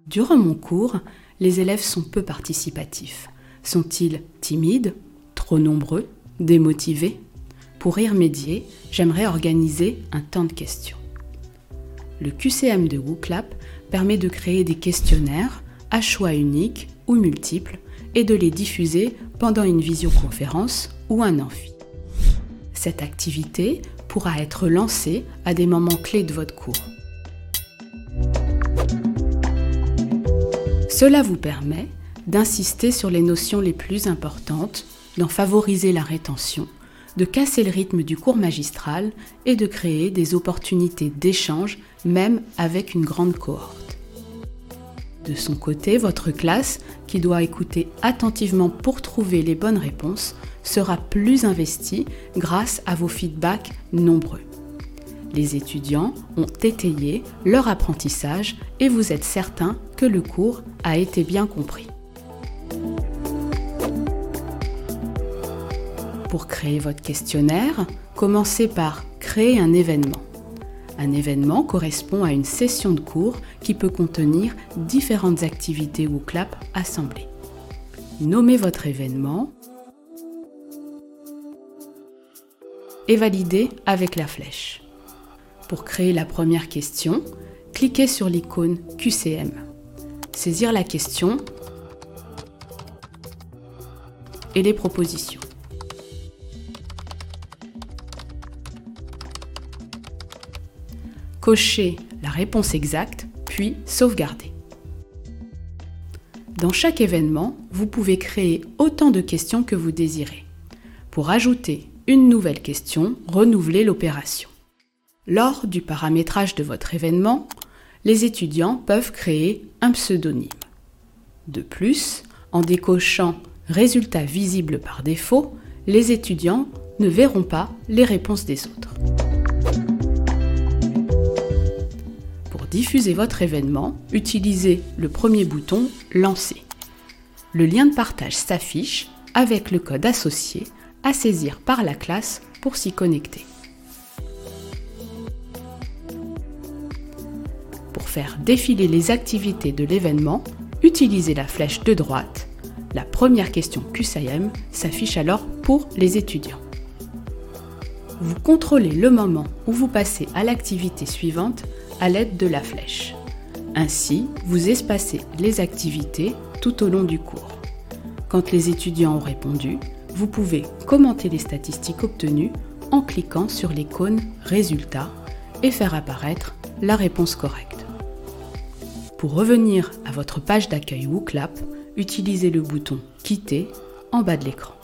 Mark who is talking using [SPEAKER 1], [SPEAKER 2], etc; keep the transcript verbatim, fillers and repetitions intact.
[SPEAKER 1] Durant mon cours, les élèves sont peu participatifs. Sont-ils timides, trop nombreux, démotivés ? Pour y remédier, j'aimerais organiser un temps de questions. Le Q C M de WooClap permet de créer des questionnaires à choix unique ou multiples et de les diffuser pendant une visioconférence ou un amphi. Cette activité pourra être lancée à des moments clés de votre cours. Cela vous permet d'insister sur les notions les plus importantes, d'en favoriser la rétention, de casser le rythme du cours magistral et de créer des opportunités d'échange, même avec une grande cohorte. De son côté, votre classe, qui doit écouter attentivement pour trouver les bonnes réponses, sera plus investie grâce à vos feedbacks nombreux. Les étudiants ont étayé leur apprentissage et vous êtes certain que le cours a été bien compris. Pour créer votre questionnaire, commencez par créer un événement. Un événement correspond à une session de cours qui peut contenir différentes activités WooClap assemblées. Nommez votre événement et validez avec la flèche. Pour créer la première question, cliquez sur l'icône Q C M. Saisir la question et les propositions. Cochez la réponse exacte, puis sauvegarder. Dans chaque événement, vous pouvez créer autant de questions que vous désirez. Pour ajouter une nouvelle question, renouvelez l'opération. Lors du paramétrage de votre événement, les étudiants peuvent créer un pseudonyme. De plus, en décochant « Résultats visibles par défaut », les étudiants ne verront pas les réponses des autres. Pour diffuser votre événement, utilisez le premier bouton « Lancer ». Le lien de partage s'affiche avec le code associé à saisir par la classe pour s'y connecter. Pour faire défiler les activités de l'événement, utilisez la flèche de droite. La première question Q C M s'affiche alors pour les étudiants. Vous contrôlez le moment où vous passez à l'activité suivante à l'aide de la flèche. Ainsi, vous espacez les activités tout au long du cours. Quand les étudiants ont répondu, vous pouvez commenter les statistiques obtenues en cliquant sur l'icône « Résultats » et faire apparaître la réponse correcte. Pour revenir à votre page d'accueil WooClap, utilisez le bouton « Quitter » en bas de l'écran.